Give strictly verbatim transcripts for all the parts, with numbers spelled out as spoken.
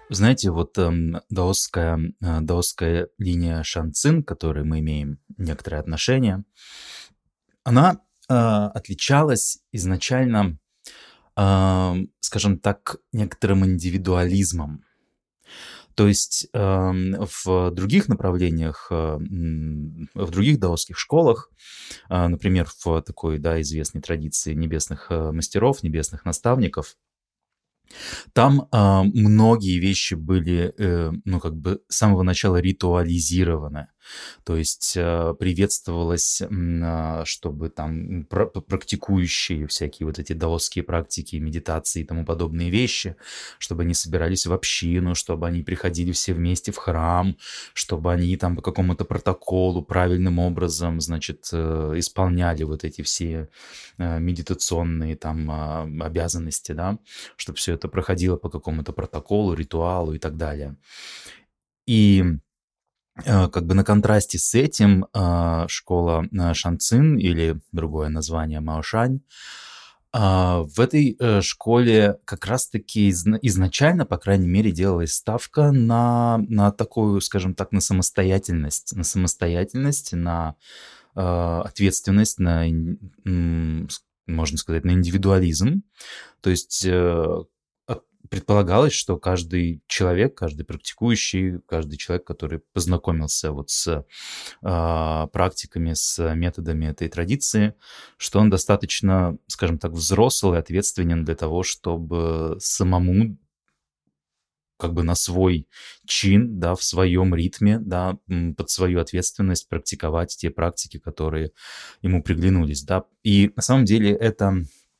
Знаете, вот, эм, даосская, э, даосская линия Шанцин, к которой мы имеем некоторые отношения, она, э, отличалась изначально, ам, скажем так, некоторым индивидуализмом. То есть, эм, в других направлениях, э, м, в других даосских школах, а, например, в такой, да, известной традиции небесных, э, мастеров, небесных наставников, там, а, многие вещи были, э, ну, как бы с самого начала ритуализированы. То есть, а, приветствовалось, м, а, чтобы там, м, пра практикующие всякие вот эти даосские практики, медитации и тому подобные вещи, чтобы они собирались в общину, чтобы они приходили все вместе в храм, чтобы они там по какому-то протоколу правильным образом, значит, э, исполняли вот эти все, э, медитационные там, а, обязанности, да, чтобы все это проходило по какому-то протоколу, ритуалу и так далее. И, э, как бы на контрасте с этим, а, школа, а, Шанцин или другое название Маошань, а, в этой, э, школе как раз таки изна изначально, по крайней мере, делалась ставка на на такую, скажем так, на самостоятельность, на самостоятельность, на, а, ответственность, на ин м, с можно сказать, на индивидуализм. То есть, э, а, предполагалось, что каждый человек, каждый практикующий, каждый человек, который познакомился вот с, а, практиками, с методами этой традиции, что он достаточно, скажем так, взрослый, ответственен для того, чтобы самому как бы на свой чин, да, в своем ритме, да, м, под свою ответственность практиковать те практики, которые ему приглянулись, да. И на самом деле это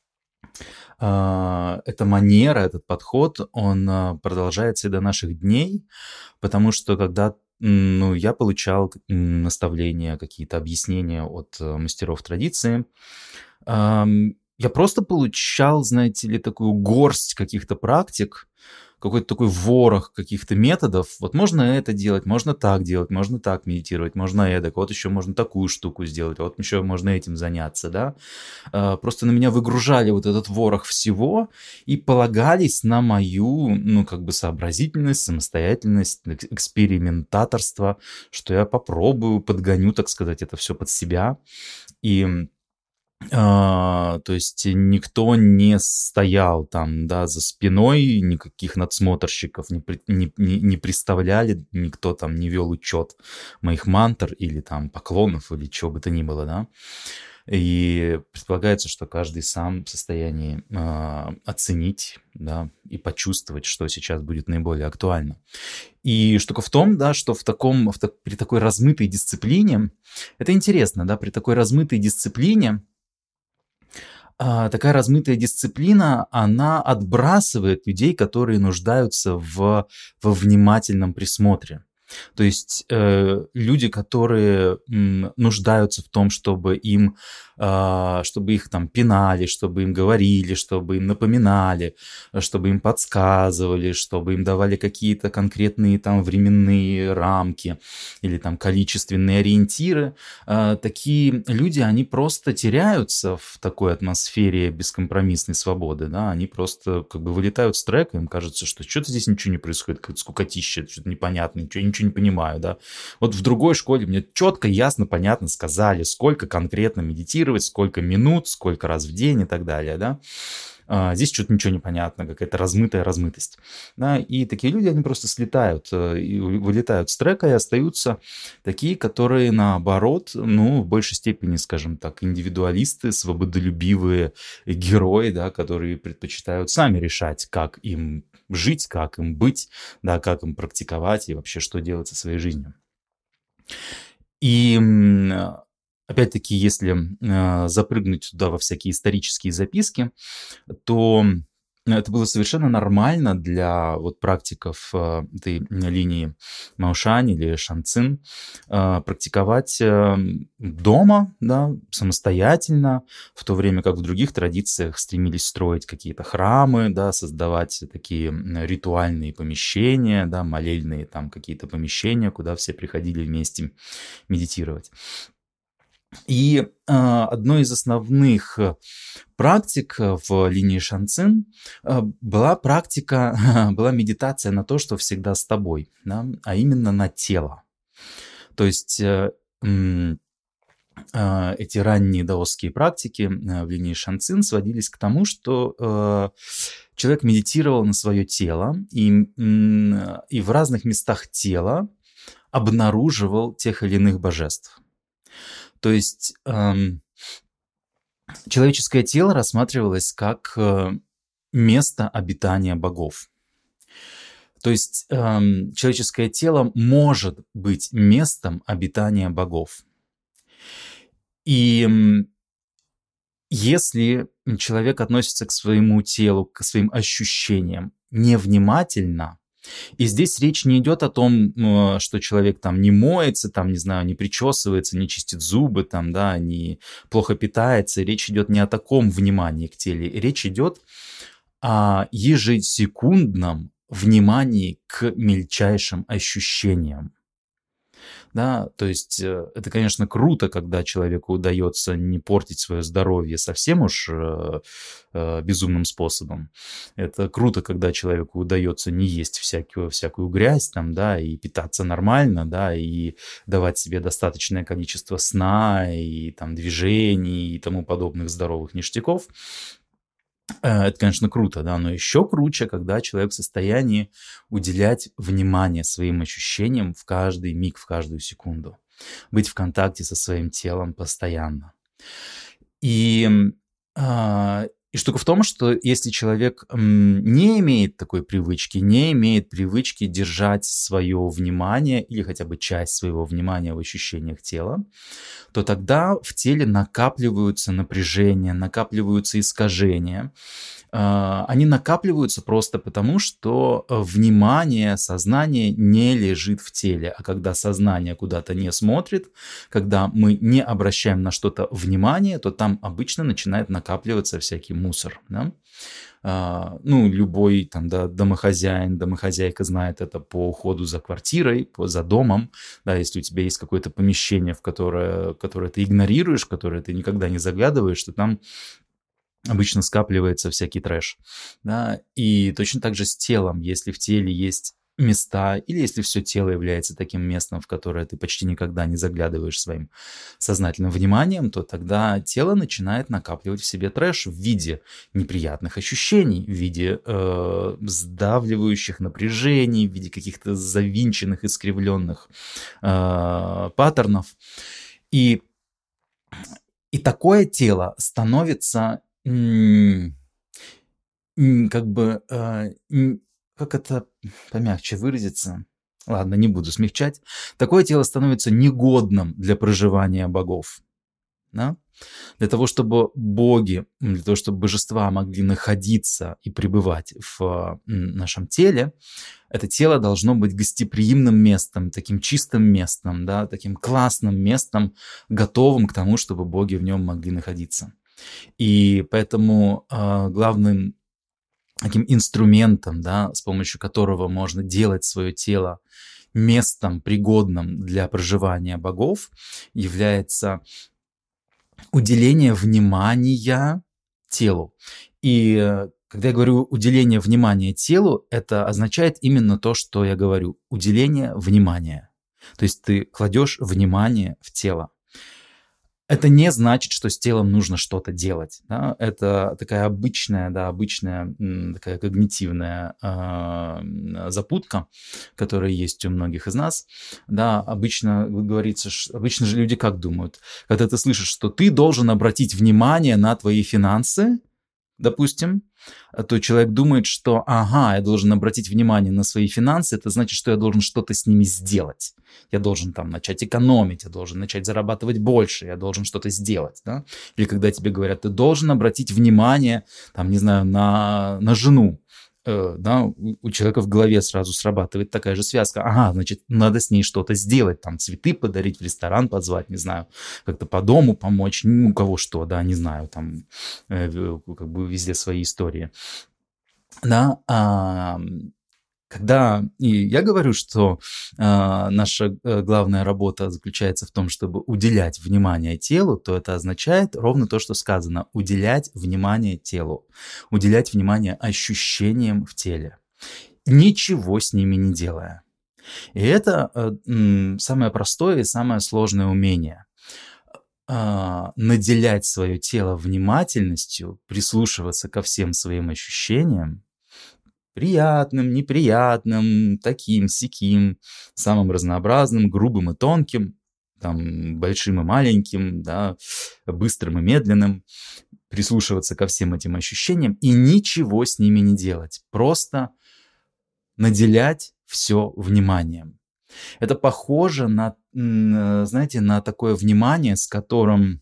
а, эта манера, этот подход, он, а, продолжается и до наших дней, потому что когда, м, ну, я получал к м, наставления, какие-то объяснения от, э, мастеров традиции, ам, я просто получал, знаете ли, такую горсть каких-то практик, какой-то такой ворох каких-то методов. Вот можно это делать, можно так делать, можно так медитировать, можно эдак, вот еще можно такую штуку сделать, вот еще можно этим заняться, да. А, просто на меня выгружали вот этот ворох всего и полагались на мою, ну, как бы сообразительность, самостоятельность, экс экспериментаторство, что я попробую, подгоню, так сказать, это все под себя. И, а, то есть никто не стоял там, да, за спиной, никаких надсмотрщиков не пред не не не приставляли, никто там не вел учет моих мантр или там поклонов, или чего бы то ни было, да. И предполагается, что каждый сам в состоянии, а, оценить, да, и почувствовать, что сейчас будет наиболее актуально. И штука в том, да, что в таком в так при такой размытой дисциплине это интересно, да, при такой размытой дисциплине, а, такая размытая дисциплина, она отбрасывает людей, которые нуждаются в во внимательном присмотре. То есть, э, люди, которые, м, нуждаются в том, чтобы им, а, чтобы их там пинали, чтобы им говорили, чтобы им напоминали, э, чтобы им подсказывали, чтобы им давали какие-то конкретные там временные рамки или там количественные ориентиры. А, такие люди, они просто теряются в такой атмосфере бескомпромиссной свободы, да. Они просто как бы вылетают с трека, им кажется, что что-то здесь ничего не происходит, какая-то скукотища, что-то непонятное, ничего, я ничего не понимаю, да. Вот в другой школе мне четко, ясно, понятно сказали, сколько конкретно медитировать, сколько минут, сколько раз в день и так далее, да. А, здесь что-то ничего не понятно, какая-то размытая размытость. Да, и такие люди, они просто слетают, э, и вы вылетают с трека, и остаются такие, которые, наоборот, ну, в большей степени, скажем так, индивидуалисты, свободолюбивые герои, да, которые предпочитают сами решать, как им жить, как им быть, да, как им практиковать и вообще что делать со своей жизнью. И, м, а, опять-таки, если, а, запрыгнуть туда во всякие исторические записки, то это было совершенно нормально для вот практиков, а, этой линии Маошань или Шанцин, а, практиковать, ам, дома, да, самостоятельно, в то время как в других традициях стремились строить какие-то храмы, да, создавать такие, м, ритуальные помещения, да, молельные там какие-то помещения, куда все приходили вместе медитировать. И а, одной из основных э, практик э, в линии Шанцин э, была практика, была медитация на то, что всегда с тобой, да, а именно на тело. То есть э, м, а, эти ранние даосские практики э, в линии Шанцин сводились к тому, что э, человек медитировал на свое тело и, м, и в разных местах тела обнаруживал тех или иных божеств. То есть эм, человеческое тело рассматривалось как э, место обитания богов. То есть эм, человеческое тело может быть местом обитания богов. И м, если человек относится к своему телу, к своим ощущениям невнимательно, и здесь речь не идет о том, э, что человек там не моется, там, не знаю, не причесывается, не чистит зубы, там, да, не плохо питается. Речь идет не о таком внимании к телу. Речь идет о ежесекундном внимании к мельчайшим ощущениям. Да, то есть э, это, конечно, круто, когда человеку удается не портить свое здоровье совсем уж э, э, безумным способом. Это круто, когда человеку удается не есть всякую, всякую грязь там, да, и питаться нормально, да, и давать себе достаточное количество сна и там движений и тому подобных здоровых ништяков. Э, Это, конечно, круто, да, но еще круче, когда человек в состоянии уделять внимание своим ощущениям в каждый миг, в каждую секунду. Быть в контакте со своим телом постоянно. И, м, а, и штука в том, что если человек м, не имеет такой привычки, не имеет привычки держать свое внимание или хотя бы часть своего внимания в ощущениях тела, то тогда в теле накапливаются напряжения, накапливаются искажения. А, Они накапливаются просто потому, что э, внимание, сознание не лежит в теле. А когда сознание куда-то не смотрит, когда мы не обращаем на что-то внимание, то там обычно начинает накапливаться всякий мусор. Да? А, ну, любой там, да, домохозяин, домохозяйка знает это по уходу за квартирой, по, за домом, да, если у тебя есть какое-то помещение, в которое, которое ты игнорируешь, в которое ты никогда не заглядываешь, то там обычно скапливается всякий трэш, да, и точно так же с телом, если в теле есть места, или если все тело является таким местом, в которое ты почти никогда не заглядываешь своим сознательным вниманием, то тогда тело начинает накапливать в себе трэш в виде неприятных ощущений, в виде э, сдавливающих напряжений, в виде каких-то завинченных, искривленных э, паттернов. И, и такое тело становится м, м, как бы, э, м, как это помягче выразиться? Ладно, не буду смягчать. Такое тело становится негодным для проживания богов. Да? Для того, чтобы боги, м, для того, чтобы божества могли находиться и пребывать в м, нашем теле, это тело должно быть гостеприимным местом, таким чистым местом, да, таким классным местом, готовым к тому, чтобы боги в нем могли находиться. И поэтому э, главным таким инструментом, да, с помощью которого можно делать свое тело местом, пригодным для проживания богов, является уделение внимания телу. И э, когда я говорю уделение внимания телу, это означает именно то, что я говорю. Уделение внимания. То есть ты кладешь внимание в тело. Это не значит, что с телом нужно что-то делать. Да? Это такая обычная, да, обычная м, такая когнитивная э, запутка, которая есть у многих из нас. Да, обычно говорится, ш- обычно же люди как думают? Когда ты слышишь, что ты должен обратить внимание на твои финансы, допустим, то человек думает, что ага, я должен обратить внимание на свои финансы, это значит, что я должен что-то с ними сделать. Я должен там начать экономить, я должен начать зарабатывать больше, я должен что-то сделать. Да? Или когда тебе говорят, ты должен обратить внимание, там, не знаю, на, на жену. Э, да, у, у человека в голове сразу срабатывает такая же связка. Ага, значит, надо с ней что-то сделать, там, цветы подарить, в ресторан позвать, не знаю, как-то по дому помочь, ну, у кого что, да, не знаю, там, э, как бы везде свои истории. Да, а, Когда и я говорю, что, а, наша, э, главная работа заключается в том, чтобы уделять внимание телу, то это означает ровно то, что сказано: уделять внимание телу, уделять внимание ощущениям в теле, ничего с ними не делая. И это, э, м, самое простое и самое сложное умение. А, наделять свое тело внимательностью, прислушиваться ко всем своим ощущениям, приятным, неприятным, таким-сяким, самым разнообразным, грубым и тонким, там, большим и маленьким, да, быстрым и медленным. Прислушиваться ко всем этим ощущениям и ничего с ними не делать. Просто наделять все вниманием. Это похоже на, м, э, знаете, на такое внимание, с которым,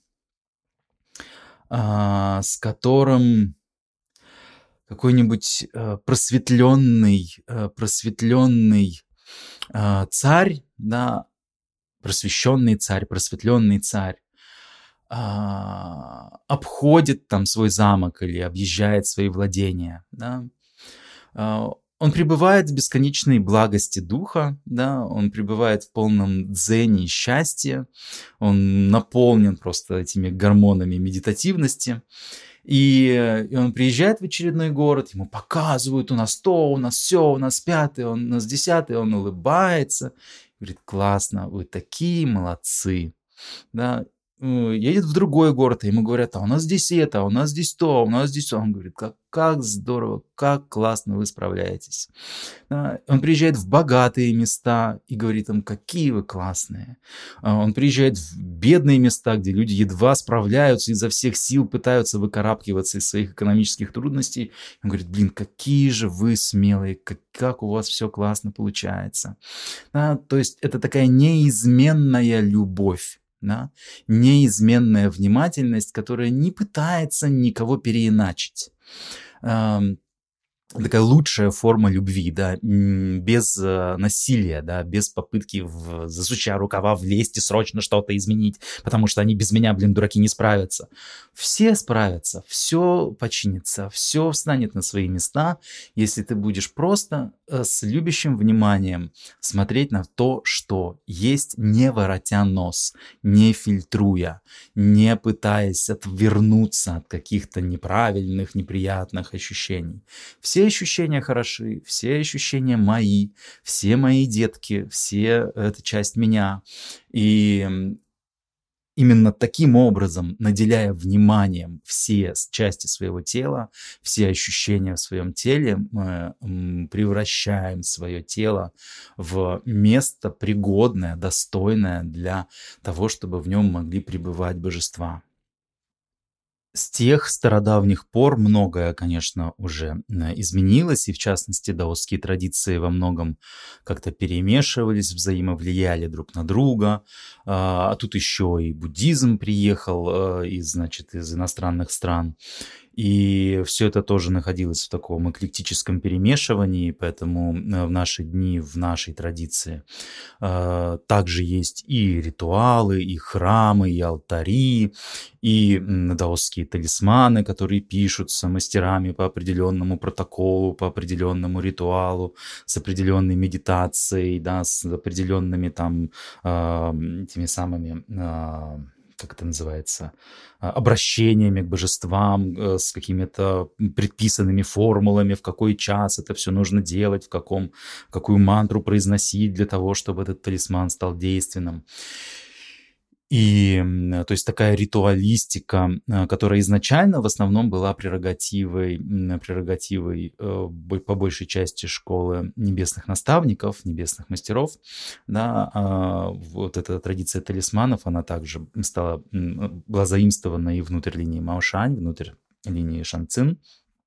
а, с которым какой-нибудь, э, просветленный, э, просветленный, а, царь, да, просвещенный царь, просветленный царь, а, обходит там свой замок или объезжает свои владения, да. А, он пребывает в бесконечной благости духа, да, он пребывает в полном дзене и счастье, он наполнен просто этими гормонами медитативности. И, э, и он приезжает в очередной город, ему показывают: у нас то, у нас все, у нас пятое, он, у нас десятое, он улыбается, говорит: классно, вы такие молодцы, да. Э, едет в другой город, а ему говорят: а у нас здесь это, а у нас здесь то, у нас здесь то. Он говорит: как, как здорово, как классно вы справляетесь. Да, он приезжает в богатые места и говорит им: какие вы классные. А, Он приезжает в бедные места, где люди едва справляются, изо всех сил пытаются выкарабкиваться из своих экономических трудностей. Он говорит: блин, какие же вы смелые, как, как у вас все классно получается. Да, то есть это такая неизменная любовь. Да, неизменная внимательность, которая не пытается никого переиначить. Ам, Такая лучшая форма любви, да, м, без э, насилия, да, без попытки, в, засучая рукава, влезть и срочно что-то изменить, потому что они без меня, блин, дураки, не справятся. Все справятся, все починится, все встанет на свои места, если ты будешь просто э, с любящим вниманием смотреть на то, что есть, не воротя нос, не фильтруя, не пытаясь отвернуться от каких-то неправильных, неприятных ощущений. Все ощущения хороши, все ощущения мои, все мои детки, все это часть меня. И м, именно таким образом, наделяя вниманием все с- части своего тела, все ощущения в своем теле, мы м, превращаем свое тело в место пригодное, достойное для того, чтобы в нем могли пребывать божества. С тех стародавних пор многое, конечно, уже э, изменилось, и в частности даосские традиции во многом как-то перемешивались, взаимовлияли друг на друга. А а тут еще и буддизм приехал э, из, значит, из иностранных стран. И все это тоже находилось в таком эклектическом перемешивании, поэтому э, в наши дни, в нашей традиции э, также есть и ритуалы, и храмы, и алтари, и м, даосские талисманы, которые пишутся мастерами по определенному протоколу, по определенному ритуалу, с определенной медитацией, да, с определенными там а, м, теми самыми, а, как это называется, а, обращениями к божествам, э, с какими-то предписанными формулами, в какой час это все нужно делать, в каком, какую мантру произносить для того, чтобы этот талисман стал действенным. И, м, то есть такая ритуалистика, а, которая изначально в основном была прерогативой, м, прерогативой э, бо- по большей части школы небесных наставников, небесных мастеров, да, а вот эта традиция талисманов, она также стала, м, была заимствована и внутрь линии Маошань, внутрь линии Шанцин.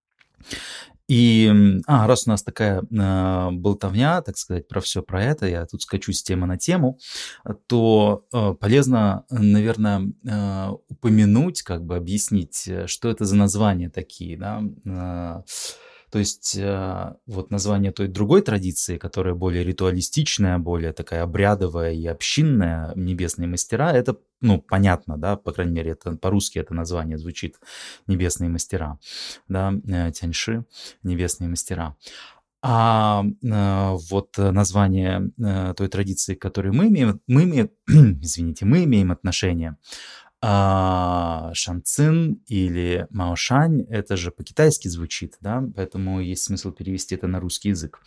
И, м, а, раз у нас такая а, болтовня, так сказать, про все про это, я тут скачу с темы на тему, а, то а, полезно, наверное, упомянуть, как бы объяснить, э, что это за названия такие, да. А, То есть а, вот название той другой традиции, которая более ритуалистичная, более такая обрядовая и общинная, небесные мастера, это, ну, понятно, да, по крайней мере, это по-русски это название звучит, небесные мастера, да, э, тяньши, небесные мастера. А э, вот название э, той традиции, к которой мы имеем, мы имеем, извините, мы имеем отношение, а шанцин или маошань, это же по-китайски звучит, да, поэтому есть смысл перевести это на русский язык.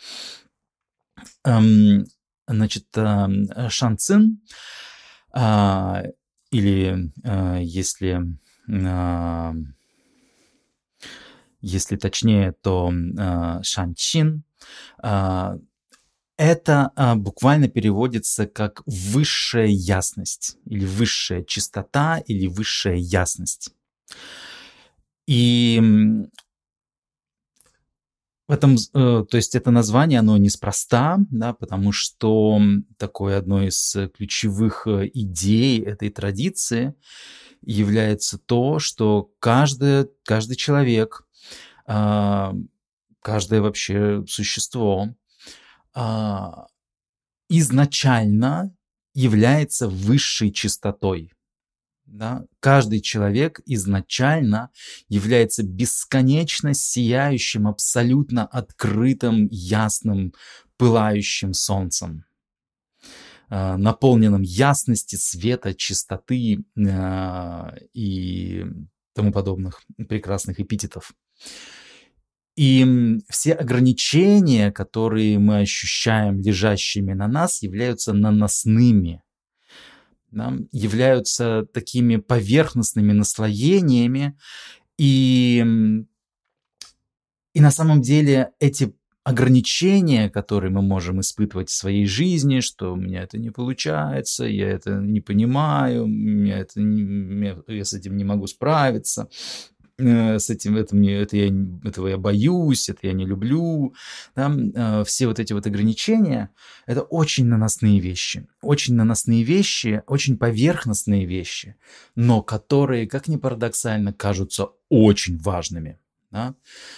Эм, Значит, эм, шанцин, а, или э, если, а, если точнее, то э, шанчин, а, это а, буквально переводится как высшая ясность, или высшая чистота, или высшая ясность. И м, в этом, з- э, то есть это название, оно неспроста, да, потому что м, такой одной из э, ключевых э, идей этой традиции является то, что каждое, каждый человек, а, каждое вообще существо а, изначально является высшей чистотой. Да? Каждый человек изначально является бесконечно сияющим, абсолютно открытым, ясным, пылающим солнцем, э, наполненным ясности, света, чистоты э, и тому подобных прекрасных эпитетов. И м, все ограничения, которые мы ощущаем лежащими на нас, являются наносными, да, являются такими поверхностными наслоениями. И, м, и на самом деле эти ограничения, которые мы можем испытывать в своей жизни, что у меня это не получается, я это не понимаю, меня это не- я с этим не могу справиться, э, с этим это мне, это я, н- этого я боюсь, это я не люблю. Да, э, все вот эти вот ограничения — это очень наносные вещи, очень наносные вещи, очень поверхностные вещи, но которые, как ни парадоксально, кажутся очень важными. Да?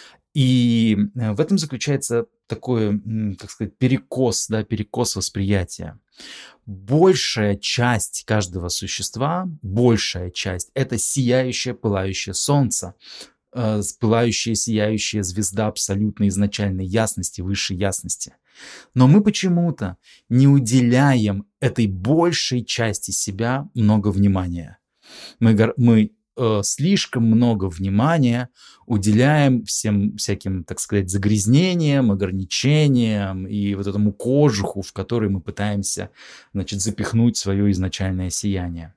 И э, в этом заключается такой, м, как сказать, перекос, да, перекос восприятия. Большая часть каждого существа, большая часть — это сияющее, пылающее солнце, э, с- пылающая, сияющая звезда абсолютной изначальной ясности, высшей ясности. Но мы почему-то не уделяем этой большей части себя много внимания. Мы, гор- мы э, слишком много внимания уделяем всем всяким, так сказать, загрязнениям, ограничениям и вот этому кожуху, в который мы пытаемся, значит, запихнуть свое изначальное сияние.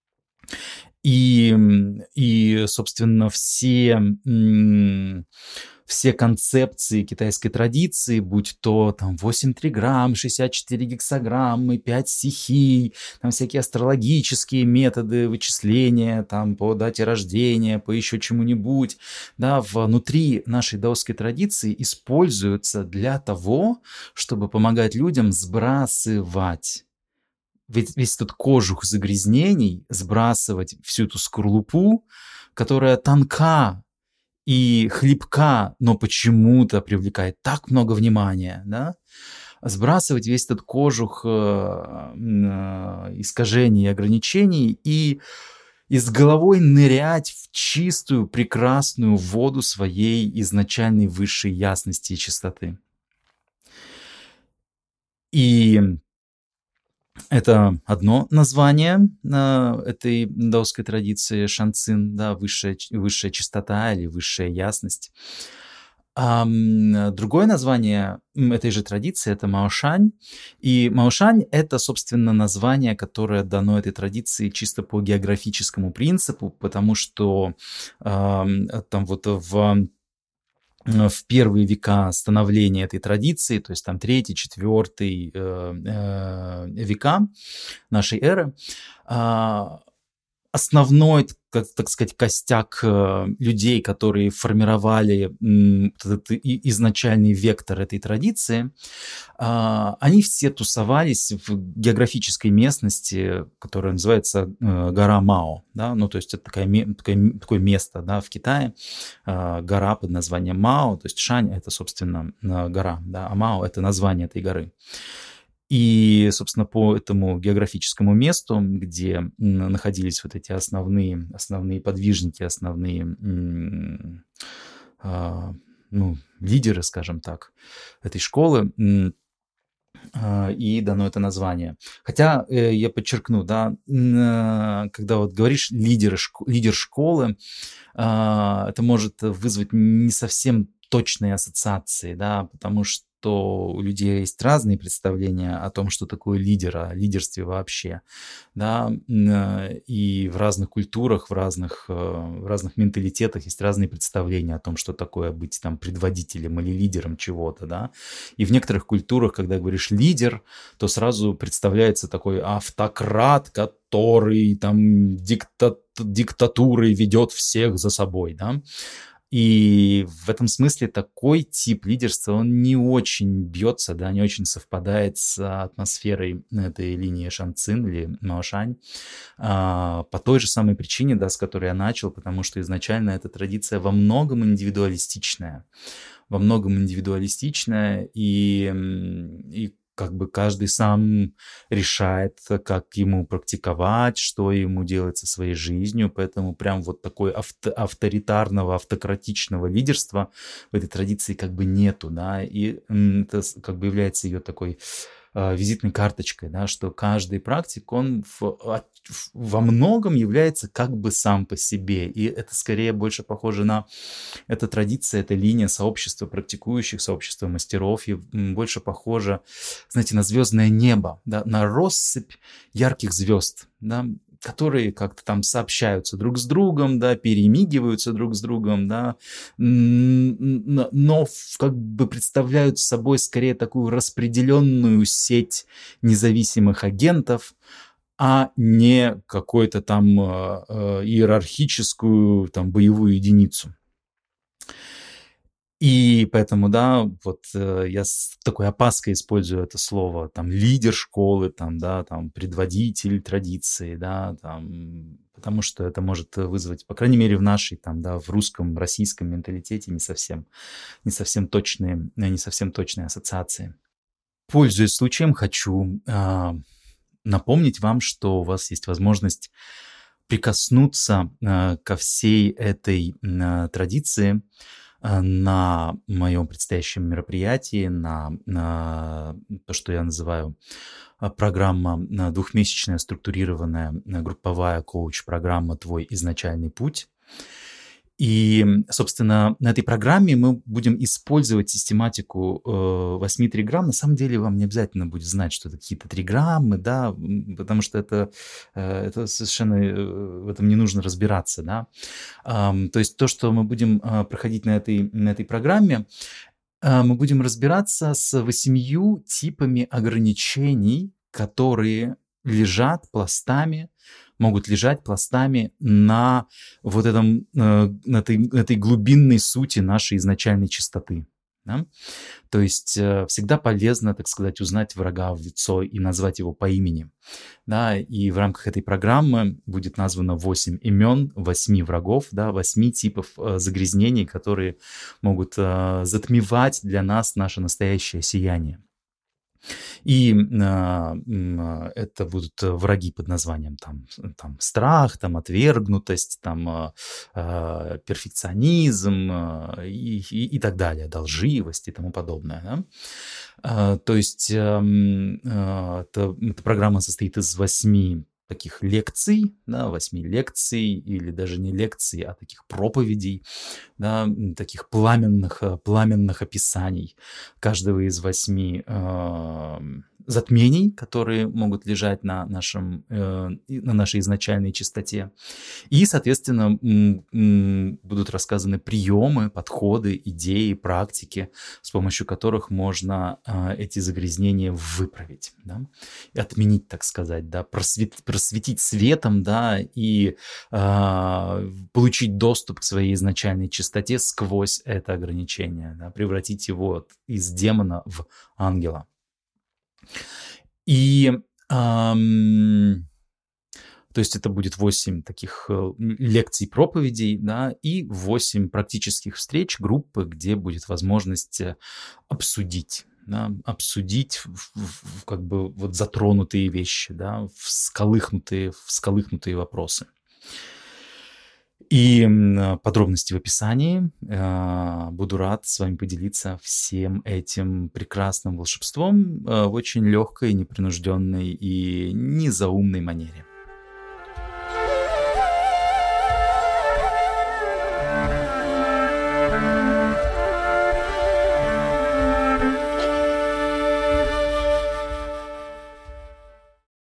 И, и собственно, все, м, все концепции китайской традиции, будь то там восемь триграмм, шестьдесят четыре гексаграммы, пять стихий, там всякие астрологические методы вычисления там, по дате рождения, по еще чему-нибудь, да, внутри нашей даосской традиции используются для того, чтобы помогать людям сбрасывать ведь весь этот кожух загрязнений, сбрасывать всю эту скорлупу, которая тонка и хлипка, но почему-то привлекает так много внимания, да? Сбрасывать весь этот кожух э, э, искажений и ограничений и, и с головой нырять в чистую, прекрасную воду своей изначальной высшей ясности и чистоты. И это одно название а, этой даосской традиции шанцин, да, высшая, ч- высшая чистота или высшая ясность. А, м, другое название м, этой же традиции — это маошань. И маошань — это, собственно, название, которое дано этой традиции чисто по географическому принципу, потому что ам, там вот в э, в первые века становления этой традиции, то есть там третий, четвертый э, э, века нашей эры, а, основной, как, так сказать, костяк э, людей, которые формировали м, вот этот и- изначальный вектор этой традиции, а, они все тусовались в географической местности, которая называется э, гора Мао, да, ну, то есть это такая, ме- такое, такое место, да, в Китае, а, гора под названием Мао, то есть Шань — это, собственно, э, гора, да, а Мао — это название этой горы. И, собственно, по этому географическому месту, где м, находились вот эти основные, основные подвижники, основные м, а, ну, лидеры, скажем так, этой школы, м, а, и дано это название. Хотя, э, я подчеркну, да, н а, когда вот говоришь лидеры шко лидер школы, а, это может вызвать не совсем точные ассоциации, да, потому что у людей есть разные представления о том, что такое лидер, о лидерстве вообще, да, м, а, и в разных культурах, в разных, э, в разных менталитетах есть разные представления о том, что такое быть там предводителем или лидером чего-то, да. И в некоторых культурах, когда говоришь лидер, то сразу представляется такой автократ, который там дикта диктатурой ведет всех за собой, да. И в этом смысле такой тип лидерства, он не очень бьется, да, не очень совпадает с атмосферой этой линии Шанцин или Маошань, а, по той же самой причине, да, с которой я начал, потому что изначально эта традиция во многом индивидуалистичная. Во многом индивидуалистичная, и, м, и как бы каждый сам решает, как ему практиковать, что ему делать со своей жизнью. Поэтому прям вот такой авто авторитарного, автократичного лидерства в этой традиции как бы нету, да. И, м, это с как бы является ее такой, а, визитной карточкой, да, что каждый практик, он в от в во многом является как бы сам по себе. И это скорее больше похоже на эта традиция, эта линия сообщества практикующих, сообщества мастеров, и, м, больше похожа, знаете, на звездное небо, да, на россыпь ярких звезд, да, которые как-то там сообщаются друг с другом, да, перемигиваются друг с другом, да, м, н но ф как бы представляют собой скорее такую распределенную сеть независимых агентов, а не какой-то там, а, а, иерархическую там боевую единицу. И поэтому, да, вот, э, я с такой опаской использую это слово, там, лидер школы, там, да, там, предводитель традиции, да, там, потому что это может вызвать, по крайней мере, в нашей, там, да, в русском, российском менталитете не совсем, не совсем точные, э, не совсем точные ассоциации. Пользуясь случаем, хочу, а, напомнить вам, что у вас есть возможность прикоснуться, а, ко всей этой, м, а, традиции, а, на моем предстоящем мероприятии, на на то, что я называю, а, программа, на двухмесячная структурированная, м, групповая коуч-программа "Твой изначальный путь". И, м, собственно, на этой программе мы будем использовать систематику, э, восьми триграмм. На самом деле вам не обязательно будет знать, что это какие-то триграммы, да, м, потому что это, э, это совершенно, э, в этом не нужно разбираться, да. Ам, то есть то, что мы будем, а, проходить на этой на этой программе, а, мы будем разбираться с восемью типами ограничений, которые лежат пластами, могут лежать пластами на вот этом, э, на этой этой глубинной сути нашей изначальной чистоты, да. То есть, э, всегда полезно, так сказать, узнать врага в лицо и назвать его по имени, да. И в рамках этой программы будет названо восемь имен восьми врагов, да, восьми типов, э, загрязнений, которые могут, а, затмевать для нас наше настоящее сияние. И, а, м, а, это будут враги под названием там там страх, там отвергнутость, там, а, а, перфекционизм, а, и и и так далее, да, лживость и тому подобное, да. А, то есть, ам, а, эта эта программа состоит из восьми таких лекций, да, восьми лекций или даже не лекций, а таких проповедей, да, м, таких пламенных, э, пламенных описаний каждого из восьми, ам, затмений, которые могут лежать на нашем, э, и на нашей изначальной чистоте. И, соответственно, м, м, будут рассказаны приемы, подходы, идеи, практики, с помощью которых можно, а, эти загрязнения выправить, да, и отменить, так сказать, да, просвет просветить светом, да, и, а, получить доступ к своей изначальной чистоте сквозь это ограничение, да, превратить его из демона в ангела. И, ам, то есть это будет восемь таких, э, м, лекций, проповедей, да, и восемь практических встреч, группы, где будет возможность, э, обсудить, да, обсудить в в в как бы вот затронутые вещи, да, всколыхнутые всколыхнутые вопросы. И м, подробности в описании. А, Буду рад с вами поделиться всем этим прекрасным волшебством а, в очень легкой, непринужденной и незаумной манере.